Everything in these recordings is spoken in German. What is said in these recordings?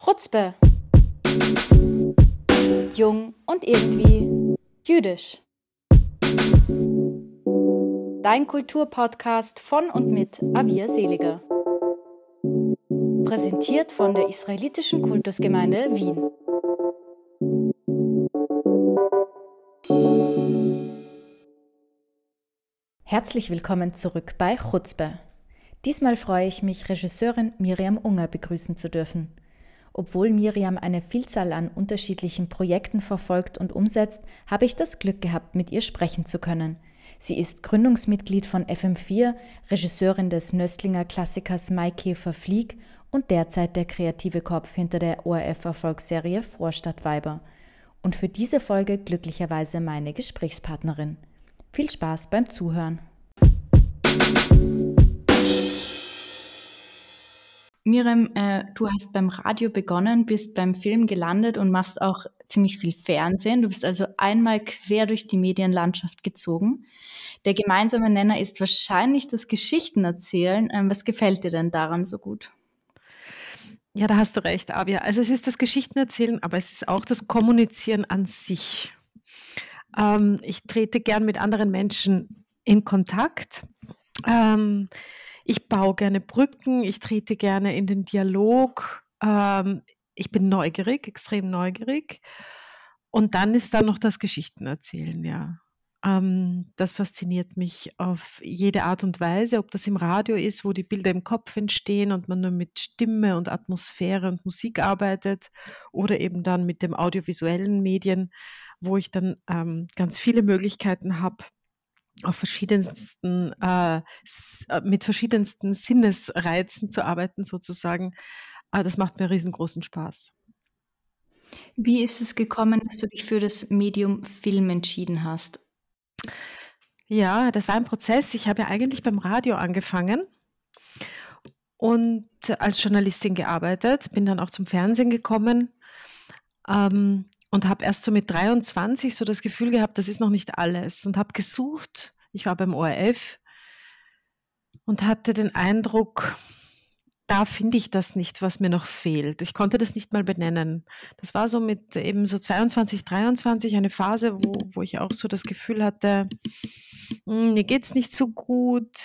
Chutzpe. Jung und irgendwie jüdisch. Dein Kulturpodcast von und mit Avia Seliger. Präsentiert von der Israelitischen Kultusgemeinde Wien. Herzlich willkommen zurück bei Chutzpe. Diesmal freue ich mich, Regisseurin Miriam Unger begrüßen zu dürfen. Obwohl Miriam eine Vielzahl an unterschiedlichen Projekten verfolgt und umsetzt, habe ich das Glück gehabt, mit ihr sprechen zu können. Sie ist Gründungsmitglied von FM4, Regisseurin des Nöstlinger Klassikers Maikäfer Flieg und derzeit der kreative Kopf hinter der ORF-Erfolgsserie Vorstadtweiber. Und für diese Folge glücklicherweise meine Gesprächspartnerin. Viel Spaß beim Zuhören. Miriam, du hast beim Radio begonnen, bist beim Film gelandet und machst auch ziemlich viel Fernsehen. Du bist also einmal quer durch die Medienlandschaft gezogen. Der gemeinsame Nenner ist wahrscheinlich das Geschichtenerzählen. Was gefällt dir denn daran so gut? Ja, da hast du recht, Avia. Also es ist das Geschichtenerzählen, aber es ist auch das Kommunizieren an sich. Ich trete gern mit anderen Menschen in Kontakt. Ich baue gerne Brücken, ich trete gerne in den Dialog. Ich bin neugierig, extrem neugierig. Und dann ist da noch das Geschichtenerzählen, ja. Das fasziniert mich auf jede Art und Weise, ob das im Radio ist, wo die Bilder im Kopf entstehen und man nur mit Stimme und Atmosphäre und Musik arbeitet, oder eben dann mit dem audiovisuellen Medien, wo ich dann ganz viele Möglichkeiten habe, auf mit verschiedensten Sinnesreizen zu arbeiten sozusagen. Das macht mir riesengroßen Spaß. Wie ist es gekommen, dass du dich für das Medium Film entschieden hast? Ja, das war ein Prozess. Ich habe ja eigentlich beim Radio angefangen und als Journalistin gearbeitet, bin dann auch zum Fernsehen gekommen und habe erst so mit 23 so das Gefühl gehabt, das ist noch nicht alles, und habe gesucht. Ich war beim ORF und hatte den Eindruck, da finde ich das nicht, was mir noch fehlt. Ich konnte das nicht mal benennen. Das war so mit eben so 22, 23 eine Phase, wo ich auch so das Gefühl hatte, mir geht's nicht so gut,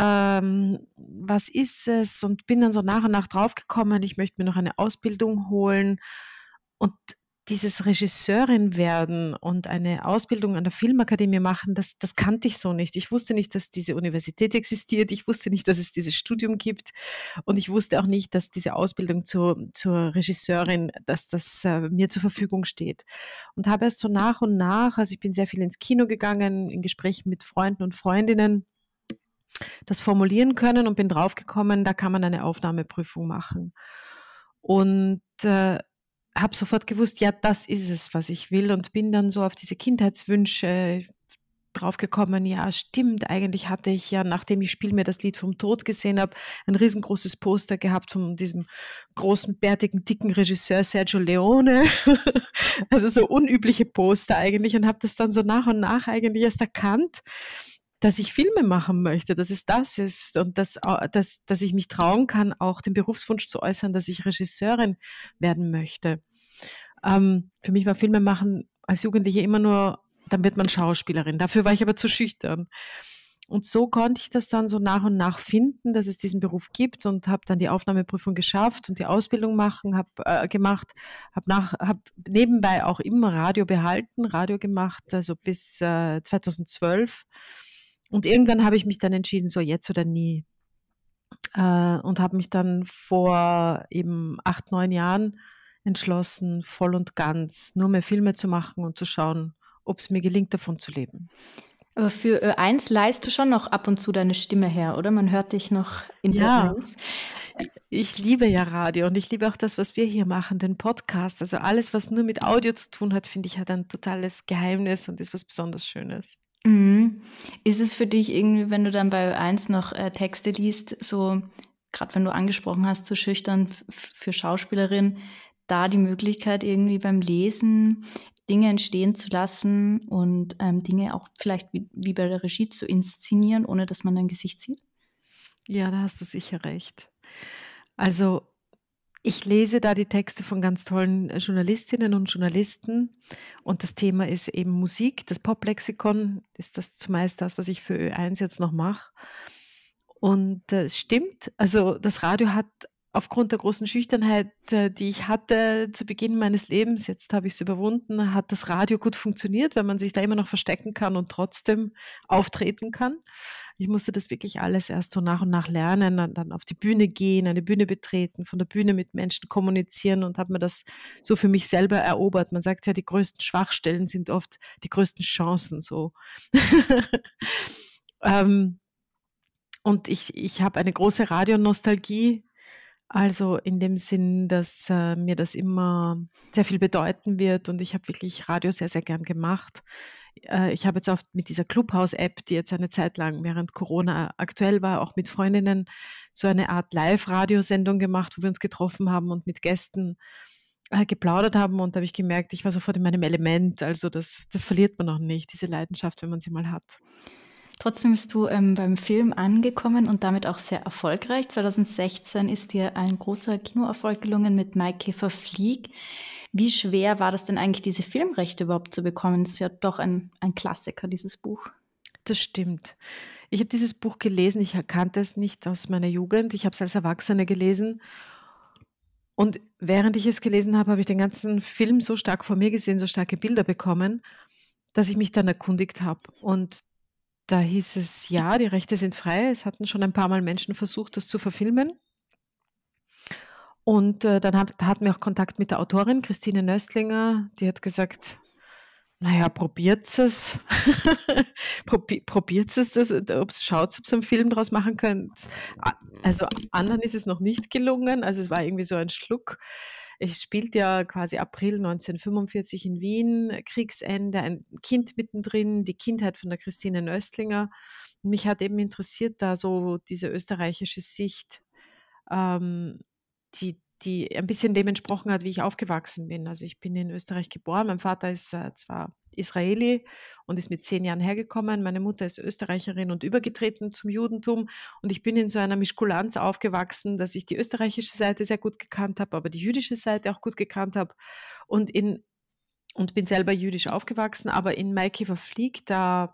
was ist es? Und bin dann so nach und nach draufgekommen, ich möchte mir noch eine Ausbildung holen. Und dieses Regisseurin werden und eine Ausbildung an der Filmakademie machen, das kannte ich so nicht. Ich wusste nicht, dass diese Universität existiert. Ich wusste nicht, dass es dieses Studium gibt. Und ich wusste auch nicht, dass diese Ausbildung zur Regisseurin, dass das mir zur Verfügung steht. Und habe erst so nach und nach, also ich bin sehr viel ins Kino gegangen, in Gesprächen mit Freunden und Freundinnen, das formulieren können und bin draufgekommen, da kann man eine Aufnahmeprüfung machen. Und habe sofort gewusst, ja, das ist es, was ich will, und bin dann so auf diese Kindheitswünsche draufgekommen, ja, stimmt, eigentlich hatte ich ja, nachdem ich Spiel mir das Lied vom Tod gesehen habe, ein riesengroßes Poster gehabt von diesem großen, bärtigen, dicken Regisseur Sergio Leone, also so unübliche Poster eigentlich, und habe das dann so nach und nach eigentlich erst erkannt, dass ich Filme machen möchte, dass es das ist und dass ich mich trauen kann, auch den Berufswunsch zu äußern, dass ich Regisseurin werden möchte. Für mich war Filme machen als Jugendliche immer nur, dann wird man Schauspielerin. Dafür war ich aber zu schüchtern. Und so konnte ich das dann so nach und nach finden, dass es diesen Beruf gibt, und habe dann die Aufnahmeprüfung geschafft und die Ausbildung gemacht, habe nebenbei auch immer Radio gemacht, also bis 2012. Und irgendwann habe ich mich dann entschieden, so jetzt oder nie. Und habe mich dann vor eben 8, 9 Jahren entschlossen, voll und ganz nur mehr Filme zu machen und zu schauen, ob es mir gelingt, davon zu leben. Aber für Ö1 leihst du schon noch ab und zu deine Stimme her, oder? Man hört dich noch in Ö1. Ich liebe ja Radio und ich liebe auch das, was wir hier machen, den Podcast. Also alles, was nur mit Audio zu tun hat, finde ich, hat ein totales Geheimnis und ist was besonders Schönes. Mhm. Ist es für dich irgendwie, wenn du dann bei Ö1 noch Texte liest, so, gerade wenn du angesprochen hast, zu schüchtern für Schauspielerin, da die Möglichkeit irgendwie beim Lesen Dinge entstehen zu lassen und Dinge auch vielleicht wie bei der Regie zu inszenieren, ohne dass man dein Gesicht sieht? Ja, da hast du sicher recht. Also Ich lese da die Texte von ganz tollen Journalistinnen und Journalisten und das Thema ist eben Musik. Das Poplexikon ist das zumeist das, was ich für Ö1 jetzt noch mache. Und es stimmt, also das Radio hat aufgrund der großen Schüchternheit, die ich hatte zu Beginn meines Lebens, jetzt habe ich es überwunden, hat das Radio gut funktioniert, weil man sich da immer noch verstecken kann und trotzdem auftreten kann. Ich musste das wirklich alles erst so nach und nach lernen, dann auf die Bühne gehen, eine Bühne betreten, von der Bühne mit Menschen kommunizieren und habe mir das so für mich selber erobert. Man sagt ja, die größten Schwachstellen sind oft die größten Chancen so. ähm, und ich habe eine große Radionostalgie, also in dem Sinn, dass mir das immer sehr viel bedeuten wird und ich habe wirklich Radio sehr, sehr gern gemacht. Ich habe jetzt auch mit dieser Clubhouse-App, die jetzt eine Zeit lang während Corona aktuell war, auch mit Freundinnen so eine Art Live-Radiosendung gemacht, wo wir uns getroffen haben und mit Gästen geplaudert haben und da habe ich gemerkt, ich war sofort in meinem Element. Also das verliert man noch nicht, diese Leidenschaft, wenn man sie mal hat. Trotzdem bist du beim Film angekommen und damit auch sehr erfolgreich. 2016 ist dir ein großer Kinoerfolg gelungen mit Maikäfer Flieg. Wie schwer war das denn eigentlich, diese Filmrechte überhaupt zu bekommen? Das ist ja doch ein Klassiker, dieses Buch. Das stimmt. Ich habe dieses Buch gelesen, ich kannte es nicht aus meiner Jugend, ich habe es als Erwachsene gelesen und während ich es gelesen habe, habe ich den ganzen Film so stark vor mir gesehen, so starke Bilder bekommen, dass ich mich dann erkundigt habe. Und da hieß es, ja, die Rechte sind frei. Es hatten schon ein paar Mal Menschen versucht, das zu verfilmen. Und dann hatten wir auch Kontakt mit der Autorin, Christine Nöstlinger. Die hat gesagt, naja, probiert es. Probiert es, schaut, ob ihr einen Film draus machen könnt. Also anderen ist es noch nicht gelungen. Also es war irgendwie so ein Schluck. Es spielt ja quasi April 1945 in Wien, Kriegsende, ein Kind mittendrin, die Kindheit von der Christine Nöstlinger. Mich hat eben interessiert da so diese österreichische Sicht, ähm, die ein bisschen dem entsprochen hat, wie ich aufgewachsen bin. Also ich bin in Österreich geboren. Mein Vater ist zwar Israeli und ist mit 10 Jahren hergekommen. Meine Mutter ist Österreicherin und übergetreten zum Judentum. Und ich bin in so einer Mischkulanz aufgewachsen, dass ich die österreichische Seite sehr gut gekannt habe, aber die jüdische Seite auch gut gekannt habe. Und bin selber jüdisch aufgewachsen. Aber in Maikäfer Flieg,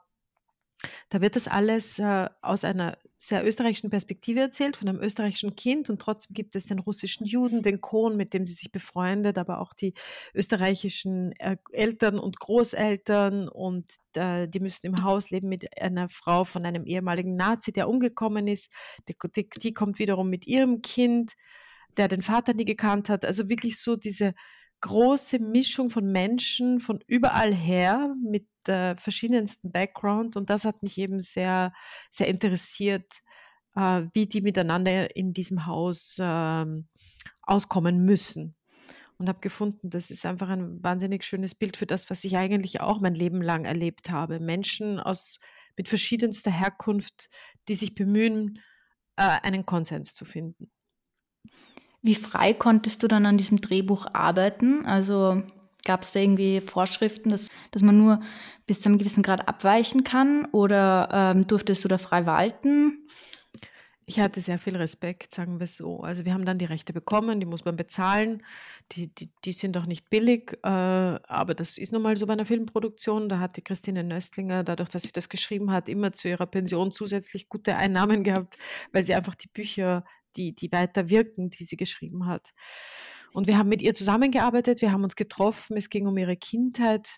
da wird das alles aus einer sehr österreichischen Perspektive erzählt, von einem österreichischen Kind und trotzdem gibt es den russischen Juden, den Kohn, mit dem sie sich befreundet, aber auch die österreichischen Eltern und Großeltern und die müssen im Haus leben mit einer Frau von einem ehemaligen Nazi, der umgekommen ist. Die kommt wiederum mit ihrem Kind, der den Vater nie gekannt hat. Also wirklich so diese große Mischung von Menschen von überall her mit verschiedensten Background und das hat mich eben sehr, sehr interessiert, wie die miteinander in diesem Haus auskommen müssen. Und habe gefunden, das ist einfach ein wahnsinnig schönes Bild für das, was ich eigentlich auch mein Leben lang erlebt habe. Menschen mit verschiedenster Herkunft, die sich bemühen, einen Konsens zu finden. Wie frei konntest du dann an diesem Drehbuch arbeiten? Also gab es da irgendwie Vorschriften, dass man nur bis zu einem gewissen Grad abweichen kann oder durftest du da frei walten? Ich hatte sehr viel Respekt, sagen wir es so. Also wir haben dann die Rechte bekommen, die muss man bezahlen. Die sind auch nicht billig, aber das ist nun mal so bei einer Filmproduktion. Da hat die Christine Nöstlinger, dadurch, dass sie das geschrieben hat, immer zu ihrer Pension zusätzlich gute Einnahmen gehabt, weil sie einfach die Bücher, die weiter wirken, die sie geschrieben hat. Und wir haben mit ihr zusammengearbeitet, wir haben uns getroffen, es ging um ihre Kindheit.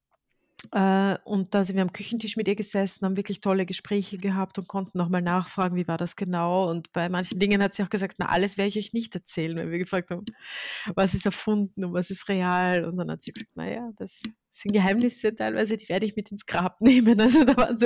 Und da sind wir am Küchentisch mit ihr gesessen, haben wirklich tolle Gespräche gehabt und konnten nochmal nachfragen, wie war das genau. Und bei manchen Dingen hat sie auch gesagt, na, alles werde ich euch nicht erzählen, weil wir gefragt haben, was ist erfunden und was ist real. Und dann hat sie gesagt, naja, das sind Geheimnisse teilweise, die werde ich mit ins Grab nehmen. Also da waren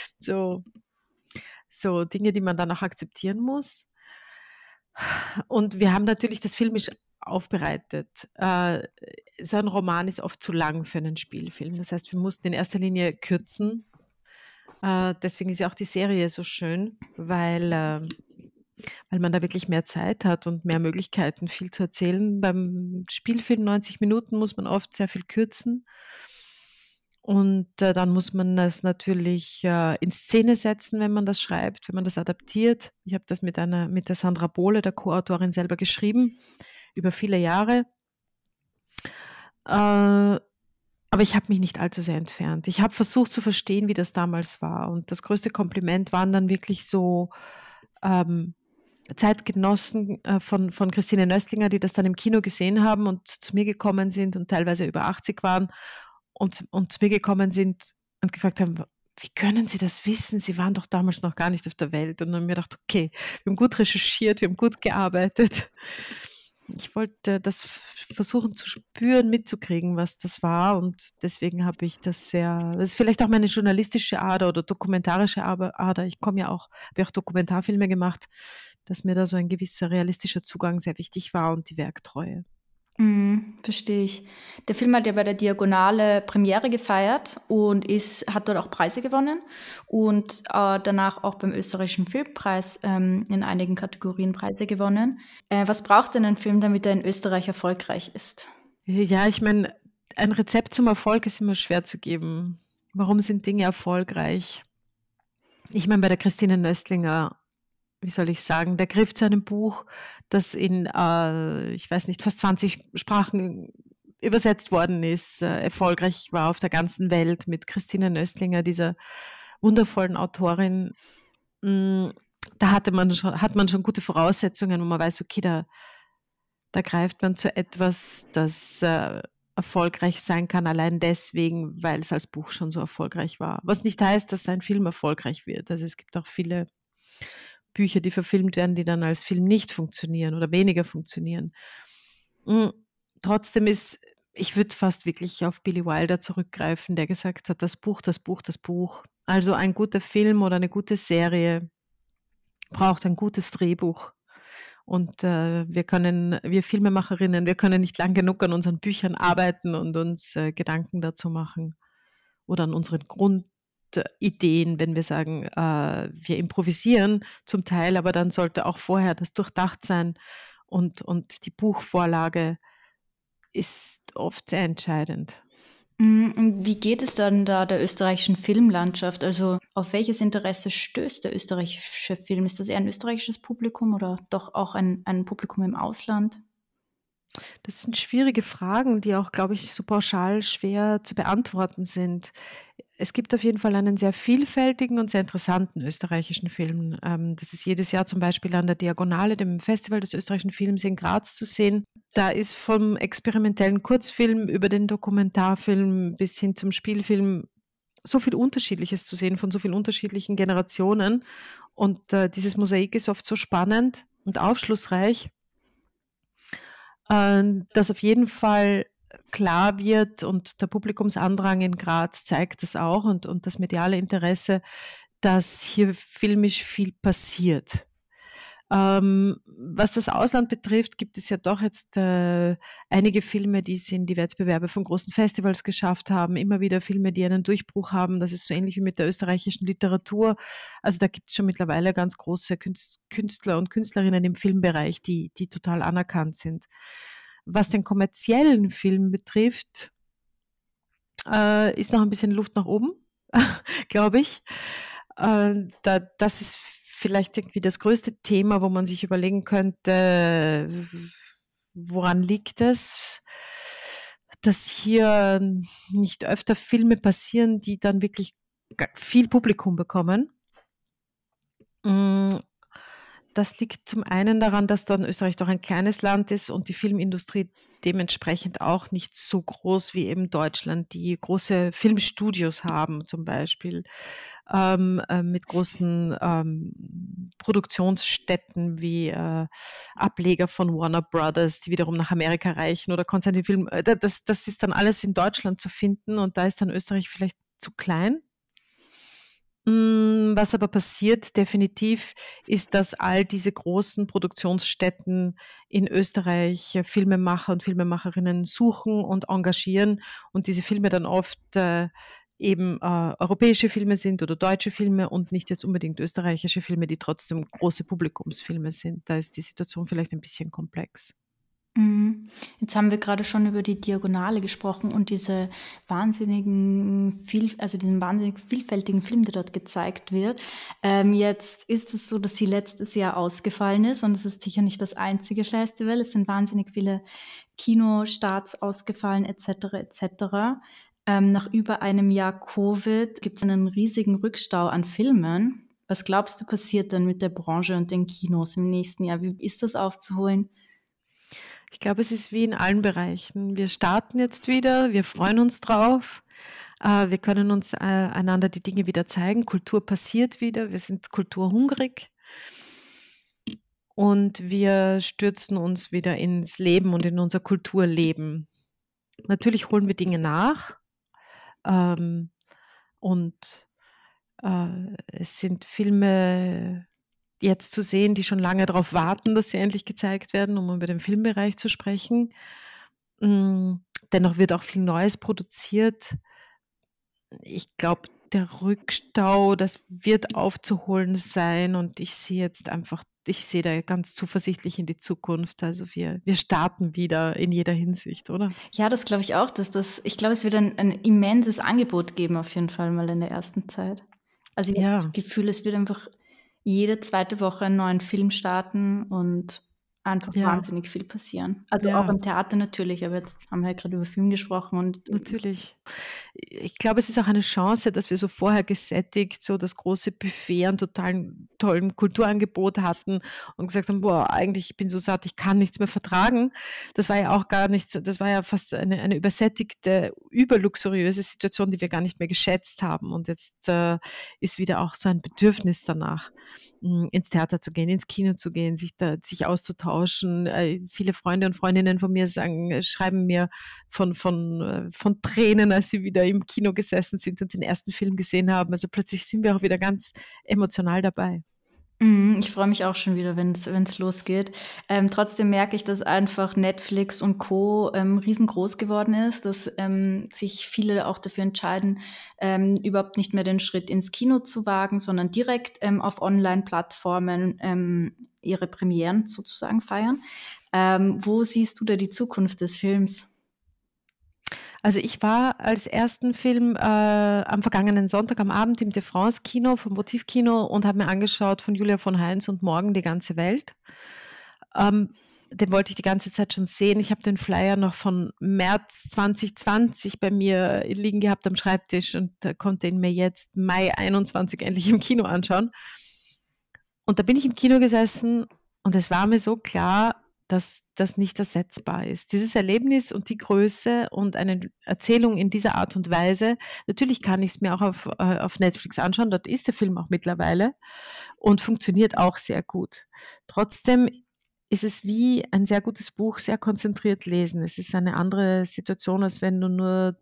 so Dinge, die man dann auch akzeptieren muss. Und wir haben natürlich das filmisch aufbereitet. So ein Roman ist oft zu lang für einen Spielfilm. Das heißt, wir mussten in erster Linie kürzen. Deswegen ist ja auch die Serie so schön, weil man da wirklich mehr Zeit hat und mehr Möglichkeiten, viel zu erzählen. Beim Spielfilm 90 Minuten muss man oft sehr viel kürzen. Und dann muss man das natürlich in Szene setzen, wenn man das schreibt, wenn man das adaptiert. Ich habe das mit der Sandra Bohle, der Co-Autorin, selber geschrieben. über viele Jahre. Äh, aber ich habe mich nicht allzu sehr entfernt. Ich habe versucht zu verstehen, wie das damals war. Und das größte Kompliment waren dann wirklich so ähm, Zeitgenossen von Christine Nöstlinger, die das dann im Kino gesehen haben und zu mir gekommen sind und teilweise über 80 waren und zu mir gekommen sind und gefragt haben, wie können Sie das wissen? Sie waren doch damals noch gar nicht auf der Welt. Und dann haben wir gedacht, okay, wir haben gut recherchiert, wir haben gut gearbeitet. Ich wollte das versuchen zu spüren, mitzukriegen, was das war. Und deswegen habe ich das ist vielleicht auch meine journalistische Ader oder dokumentarische Ader. Ich habe auch Dokumentarfilme gemacht, dass mir da so ein gewisser realistischer Zugang sehr wichtig war und die Werktreue. Verstehe ich. Der Film hat ja bei der Diagonale Premiere gefeiert und hat dort auch Preise gewonnen und danach auch beim österreichischen Filmpreis in einigen Kategorien Preise gewonnen. Was braucht denn ein Film, damit er in Österreich erfolgreich ist? Ja, ich meine, ein Rezept zum Erfolg ist immer schwer zu geben. Warum sind Dinge erfolgreich? Ich meine, bei der Christine Nöstlinger, wie soll ich sagen, der Griff zu einem Buch, das in, ich weiß nicht, fast 20 Sprachen übersetzt worden ist, erfolgreich war auf der ganzen Welt mit Christine Nöstlinger, dieser wundervollen Autorin. Da hat man schon gute Voraussetzungen, wo man weiß, okay, da greift man zu etwas, das erfolgreich sein kann, allein deswegen, weil es als Buch schon so erfolgreich war. Was nicht heißt, dass ein Film erfolgreich wird. Also es gibt auch viele Bücher, die verfilmt werden, die dann als Film nicht funktionieren oder weniger funktionieren. Trotzdem ich würde fast wirklich auf Billy Wilder zurückgreifen, der gesagt hat, das Buch, das Buch, das Buch. Also ein guter Film oder eine gute Serie braucht ein gutes Drehbuch. Und wir Filmemacherinnen, wir können nicht lang genug an unseren Büchern arbeiten und uns Gedanken dazu machen oder an unseren Grundideen, wenn wir sagen, wir improvisieren zum Teil, aber dann sollte auch vorher das durchdacht sein und die Buchvorlage ist oft sehr entscheidend. Und wie geht es dann da der österreichischen Filmlandschaft? Also auf welches Interesse stößt der österreichische Film? Ist das eher ein österreichisches Publikum oder doch auch ein Publikum im Ausland? Das sind schwierige Fragen, die auch, glaube ich, so pauschal schwer zu beantworten sind. Es gibt auf jeden Fall einen sehr vielfältigen und sehr interessanten österreichischen Film. Das ist jedes Jahr zum Beispiel an der Diagonale, dem Festival des österreichischen Films in Graz zu sehen. Da ist vom experimentellen Kurzfilm über den Dokumentarfilm bis hin zum Spielfilm so viel Unterschiedliches zu sehen von so vielen unterschiedlichen Generationen. Und dieses Mosaik ist oft so spannend und aufschlussreich, dass auf jeden Fall klar wird und der Publikumsandrang in Graz zeigt das auch und das mediale Interesse, dass hier filmisch viel passiert. Was das Ausland betrifft, gibt es ja doch jetzt einige Filme, die es in die Wettbewerbe von großen Festivals geschafft haben, immer wieder Filme, die einen Durchbruch haben. Das ist so ähnlich wie mit der österreichischen Literatur. Also da gibt es schon mittlerweile ganz große Künstler und Künstlerinnen im Filmbereich, die total anerkannt sind. Was den kommerziellen Film betrifft, ist noch ein bisschen Luft nach oben, glaube ich. Das ist vielleicht irgendwie das größte Thema, wo man sich überlegen könnte, woran liegt es, dass hier nicht öfter Filme passieren, die dann wirklich viel Publikum bekommen. Das liegt zum einen daran, dass dann Österreich doch ein kleines Land ist und die Filmindustrie dementsprechend auch nicht so groß wie eben Deutschland, die große Filmstudios haben zum Beispiel, mit großen Produktionsstätten wie Ableger von Warner Brothers, die wiederum nach Amerika reichen oder Konstantin Film. Das ist dann alles in Deutschland zu finden und da ist dann Österreich vielleicht zu klein. Was aber passiert definitiv, ist, dass all diese großen Produktionsstätten in Österreich Filmemacher und Filmemacherinnen suchen und engagieren und diese Filme dann oft eben europäische Filme sind oder deutsche Filme und nicht jetzt unbedingt österreichische Filme, die trotzdem große Publikumsfilme sind. Da ist die Situation vielleicht ein bisschen komplex. Mhm. Jetzt haben wir gerade schon über die Diagonale gesprochen und diese also diesen wahnsinnig vielfältigen Film, der dort gezeigt wird. Jetzt ist es so, dass sie letztes Jahr ausgefallen ist und es ist sicher nicht das einzige Festival. Es sind wahnsinnig viele Kinostarts ausgefallen et cetera. Nach über einem Jahr Covid gibt es einen riesigen Rückstau an Filmen. Was glaubst du, passiert dann mit der Branche und den Kinos im nächsten Jahr? Wie ist das aufzuholen? Ich glaube, es ist wie in allen Bereichen. Wir starten jetzt wieder, wir freuen uns drauf. Wir können uns einander die Dinge wieder zeigen. Kultur passiert wieder, wir sind kulturhungrig und wir stürzen uns wieder ins Leben und in unser Kulturleben. Natürlich holen wir Dinge nach, ähm, und es sind Filme jetzt zu sehen, die schon lange darauf warten, dass sie endlich gezeigt werden, um über den Filmbereich zu sprechen. Dennoch wird auch viel Neues produziert. Ich glaube, der Rückstau, das wird aufzuholen sein und ich sehe da ganz zuversichtlich in die Zukunft. Also wir starten wieder in jeder Hinsicht, oder? Ja, das glaube ich auch, ich glaube, es wird ein immenses Angebot geben, auf jeden Fall mal in der ersten Zeit. Also ich habe das Ja, Gefühl, es wird einfach jede zweite Woche einen neuen Film starten und einfach ja, wahnsinnig viel passieren. Also auch ja. im Theater natürlich, aber jetzt haben wir ja gerade über Film gesprochen und Natürlich. Ich glaube, es ist auch eine Chance, dass wir so vorher gesättigt so das große Buffet an totalen tollem Kulturangebot hatten und gesagt haben: „Boah, eigentlich ich bin so satt, ich kann nichts mehr vertragen.“ Das war ja auch gar nicht so, das war ja fast eine übersättigte, überluxuriöse Situation, die wir gar nicht mehr geschätzt haben. Und jetzt, ist wieder auch so ein Bedürfnis danach, ins Theater zu gehen, ins Kino zu gehen, sich auszutauschen. Viele Freunde und Freundinnen von mir schreiben mir von Tränen, als sie wieder im Kino gesessen sind und den ersten Film gesehen haben. Also plötzlich sind wir auch wieder ganz emotional dabei. Ich freue mich auch schon wieder, wenn's losgeht. Trotzdem merke ich, dass einfach Netflix und Co. Riesengroß geworden ist, dass sich viele auch dafür entscheiden, überhaupt nicht mehr den Schritt ins Kino zu wagen, sondern direkt auf Online-Plattformen ihre Premieren sozusagen feiern. Wo siehst du da die Zukunft des Films? Also ich war als ersten Film am vergangenen Sonntag am Abend im De France Kino vom Motivkino und habe mir angeschaut von Julia von Heinz und Morgen die ganze Welt. Ähm, Den wollte ich die ganze Zeit schon sehen. Ich habe den Flyer noch von März 2020 bei mir liegen gehabt am Schreibtisch und konnte ihn mir jetzt Mai 21 endlich im Kino anschauen. Und da bin ich im Kino gesessen und es war mir so klar, dass das nicht ersetzbar ist. Dieses Erlebnis und die Größe und eine Erzählung in dieser Art und Weise, natürlich kann ich es mir auch auf Netflix anschauen, dort ist der Film auch mittlerweile und funktioniert auch sehr gut. Trotzdem ist es wie ein sehr gutes Buch, sehr konzentriert lesen. Es ist eine andere Situation, als wenn du nur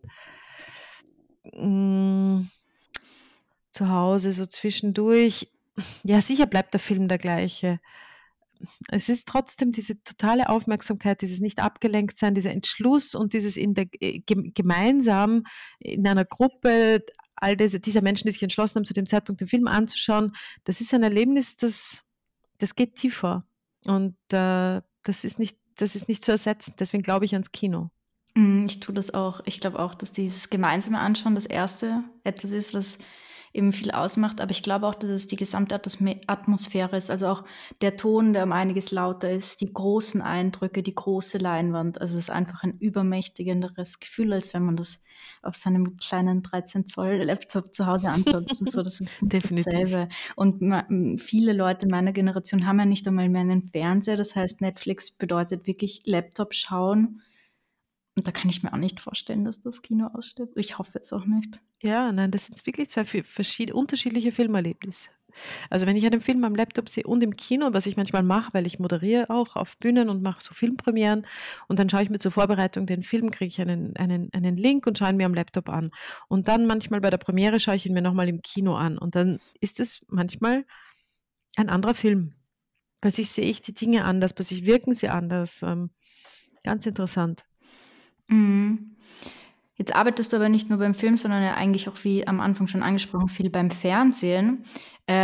mm, zu Hause so zwischendurch, ja, sicher bleibt der Film der gleiche. Es ist trotzdem diese totale Aufmerksamkeit, dieses nicht abgelenkt sein, dieser Entschluss und dieses gemeinsam in einer Gruppe dieser Menschen, die sich entschlossen haben, zu dem Zeitpunkt den Film anzuschauen, das ist ein Erlebnis, das geht tiefer. Und das ist nicht zu ersetzen. Deswegen glaube ich ans Kino. Ich tue das auch. Ich glaube auch, dass dieses gemeinsame Anschauen das Erste etwas ist, was eben viel ausmacht. Aber ich glaube auch, dass es die gesamte Atmosphäre ist. Also auch der Ton, der um einiges lauter ist, die großen Eindrücke, die große Leinwand. Also es ist einfach ein übermächtigenderes Gefühl, als wenn man das auf seinem kleinen 13 Zoll Laptop zu Hause anschaut. Das ist so, das ist nicht Definitiv. dasselbe. Und viele Leute meiner Generation haben ja nicht einmal mehr einen Fernseher. Das heißt, Netflix bedeutet wirklich Laptop schauen. Und da kann ich mir auch nicht vorstellen, dass das Kino ausstirbt. Ich hoffe es auch nicht. Ja, nein, das sind wirklich zwei unterschiedliche Filmerlebnisse. Also wenn ich einen Film am Laptop sehe und im Kino, was ich manchmal mache, weil ich moderiere auch auf Bühnen und mache so Filmpremieren und dann schaue ich mir zur Vorbereitung den Film, kriege ich einen Link und schaue ihn mir am Laptop an. Und dann manchmal bei der Premiere schaue ich ihn mir nochmal im Kino an. Und dann ist es manchmal ein anderer Film. Bei sich sehe ich die Dinge anders, bei sich wirken sie anders. Ganz interessant. Mhm. Jetzt arbeitest du aber nicht nur beim Film, sondern ja eigentlich auch, wie am Anfang schon angesprochen, viel beim Fernsehen.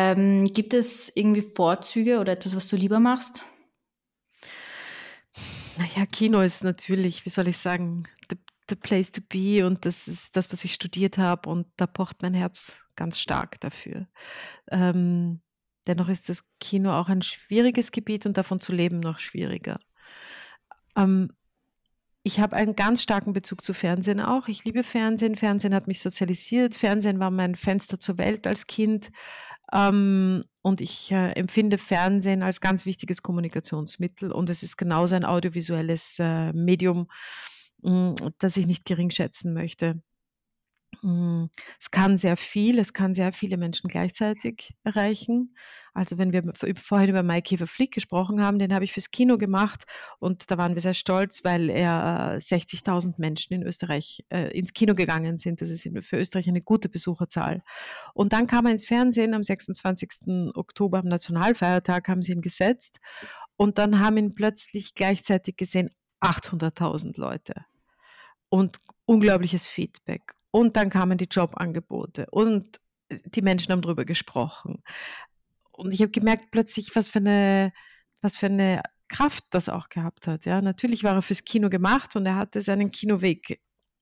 Gibt es irgendwie Vorzüge oder etwas, was du lieber machst? Naja, Kino ist natürlich, wie soll ich sagen, the place to be, und das ist das, was ich studiert habe, und da pocht mein Herz ganz stark dafür. Ähm, Dennoch ist das Kino auch ein schwieriges Gebiet und davon zu leben noch schwieriger. Ähm, Ich habe einen ganz starken Bezug zu Fernsehen auch. Ich liebe Fernsehen. Fernsehen hat mich sozialisiert. Fernsehen war mein Fenster zur Welt als Kind. Und ich empfinde Fernsehen als ganz wichtiges Kommunikationsmittel, und es ist genauso ein audiovisuelles Medium, das ich nicht geringschätzen möchte. Hm, Es kann sehr viel, es kann sehr viele Menschen gleichzeitig erreichen. Also, wenn wir vorhin über Maikäfer Flick gesprochen haben, den habe ich fürs Kino gemacht, und da waren wir sehr stolz, weil er 60.000 Menschen in Österreich ins Kino gegangen sind. Das ist für Österreich eine gute Besucherzahl. Und dann kam er ins Fernsehen am 26. Oktober, am Nationalfeiertag, haben sie ihn gesetzt, und dann haben ihn plötzlich gleichzeitig gesehen 800.000 Leute und unglaubliches Feedback. Und dann kamen die Jobangebote, und die Menschen haben drüber gesprochen. Und ich habe gemerkt plötzlich, was für eine Kraft das auch gehabt hat. Ja, natürlich war er fürs Kino gemacht, und er hatte seinen Kinoweg.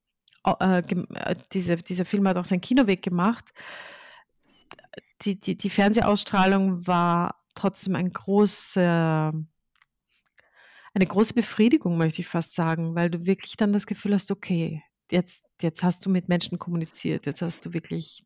Dieser Film hat auch seinen Kinoweg gemacht. Die Fernsehausstrahlung war trotzdem eine große Befriedigung, möchte ich fast sagen, weil du wirklich dann das Gefühl hast, okay, jetzt hast du mit Menschen kommuniziert, jetzt hast du wirklich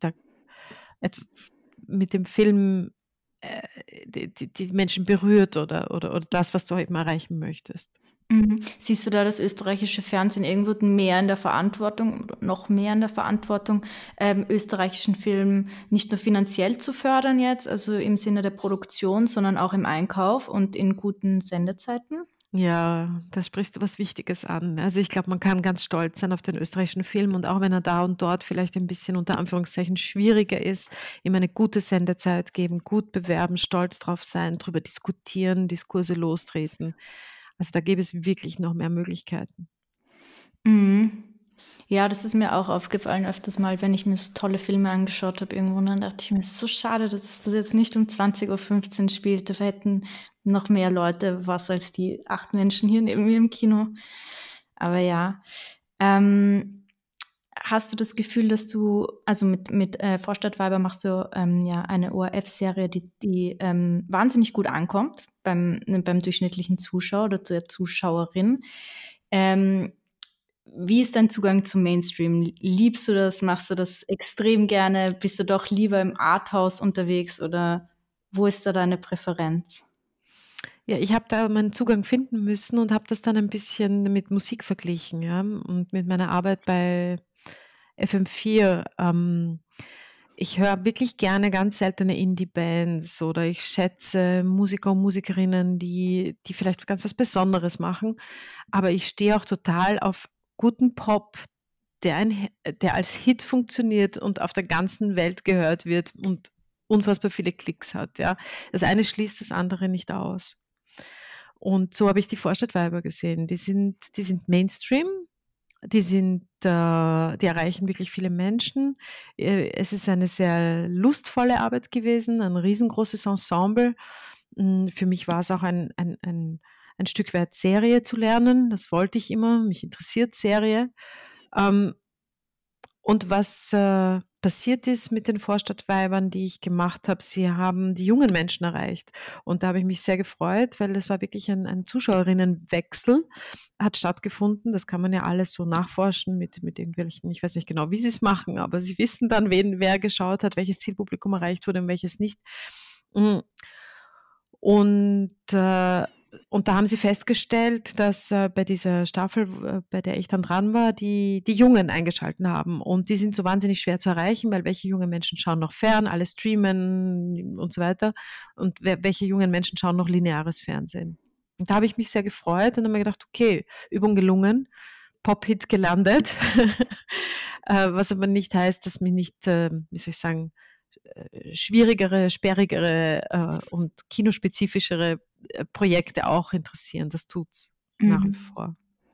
mit dem Film die Menschen berührt, oder das, was du eben erreichen möchtest. Mhm. Siehst du da das österreichische Fernsehen irgendwo mehr in der Verantwortung oder noch mehr in der Verantwortung, österreichischen Film nicht nur finanziell zu fördern jetzt, also im Sinne der Produktion, sondern auch im Einkauf und in guten Sendezeiten? Ja, da sprichst du was Wichtiges an. Also ich glaube, man kann ganz stolz sein auf den österreichischen Film, und auch wenn er da und dort vielleicht ein bisschen unter Anführungszeichen schwieriger ist, ihm eine gute Sendezeit geben, gut bewerben, stolz drauf sein, drüber diskutieren, Diskurse lostreten. Also da gäbe es wirklich noch mehr Möglichkeiten. Mhm. Ja, das ist mir auch aufgefallen öfters mal, wenn ich mir so tolle Filme angeschaut habe irgendwo. Und dann dachte ich mir, es ist so schade, dass es das jetzt nicht um 20:15 Uhr spielt. Da hätten noch mehr Leute was als die 8 Menschen hier neben mir im Kino. Aber ja. Hast du das Gefühl, dass du, also mit Vorstadtweiber machst du ja eine ORF-Serie, die wahnsinnig gut ankommt beim durchschnittlichen Zuschauer oder der Zuschauerin. Ähm, Wie ist dein Zugang zum Mainstream? Liebst du das? Machst du das extrem gerne? Bist du doch lieber im Arthouse unterwegs oder wo ist da deine Präferenz? Ja, ich habe da meinen Zugang finden müssen und habe das dann ein bisschen mit Musik verglichen, ja, und mit meiner Arbeit bei FM4. Ich höre wirklich gerne ganz seltene Indie-Bands, oder ich schätze Musiker und Musikerinnen, die vielleicht ganz was Besonderes machen. Aber ich stehe auch total auf guten Pop, der als Hit funktioniert und auf der ganzen Welt gehört wird und unfassbar viele Klicks hat, ja. Das eine schließt das andere nicht aus. Und so habe ich die Vorstadtweiber gesehen. Die sind Mainstream, die erreichen wirklich viele Menschen. Es ist eine sehr lustvolle Arbeit gewesen, ein riesengroßes Ensemble. Für mich war es auch ein Stück weit Serie zu lernen. Das wollte ich immer. Mich interessiert Serie. Ähm, und was passiert ist mit den Vorstadtweibern, die ich gemacht habe, sie haben die jungen Menschen erreicht. Und da habe ich mich sehr gefreut, weil das war wirklich ein Zuschauerinnenwechsel, hat stattgefunden. Das kann man ja alles so nachforschen mit irgendwelchen, ich weiß nicht genau, wie sie es machen, aber sie wissen dann, wer geschaut hat, welches Zielpublikum erreicht wurde und welches nicht. Mm. Und, äh, und da haben sie festgestellt, dass bei dieser Staffel, bei der ich dann dran war, die Jungen eingeschalten haben. Und die sind so wahnsinnig schwer zu erreichen, weil welche jungen Menschen schauen noch fern, alle streamen und so weiter. Und welche jungen Menschen schauen noch lineares Fernsehen. Und da habe ich mich sehr gefreut und habe mir gedacht, okay, Übung gelungen, Pop-Hit gelandet. Was aber nicht heißt, dass mich nicht, wie soll ich sagen, schwierigere, sperrigere und kinospezifischere Projekte auch interessieren. Das tut's nach wie Mhm. vor.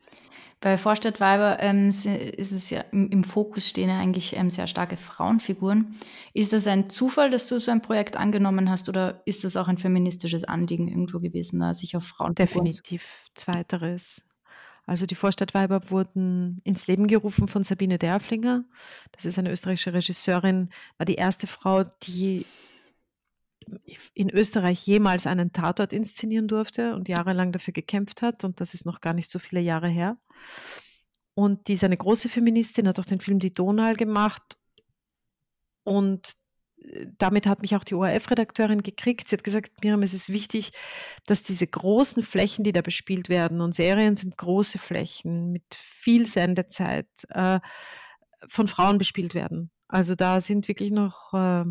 Bei Vorstadtweiber ist es ja im Fokus stehen ja eigentlich sehr starke Frauenfiguren. Ist das ein Zufall, dass du so ein Projekt angenommen hast, oder ist das auch ein feministisches Anliegen irgendwo gewesen, da sich auf Frauenfiguren zu... Definitiv zweiteres. Also die Vorstadtweiber wurden ins Leben gerufen von Sabine Derflinger. Das ist eine österreichische Regisseurin, war die erste Frau, die in Österreich jemals einen Tatort inszenieren durfte und jahrelang dafür gekämpft hat. Und das ist noch gar nicht so viele Jahre her. Und die ist eine große Feministin, hat auch den Film Die Donau gemacht. Und damit hat mich auch die ORF-Redakteurin gekriegt. Sie hat gesagt, Miriam, es ist wichtig, dass diese großen Flächen, die da bespielt werden, und Serien sind große Flächen mit viel Sendezeit, von Frauen bespielt werden. Also da sind wirklich noch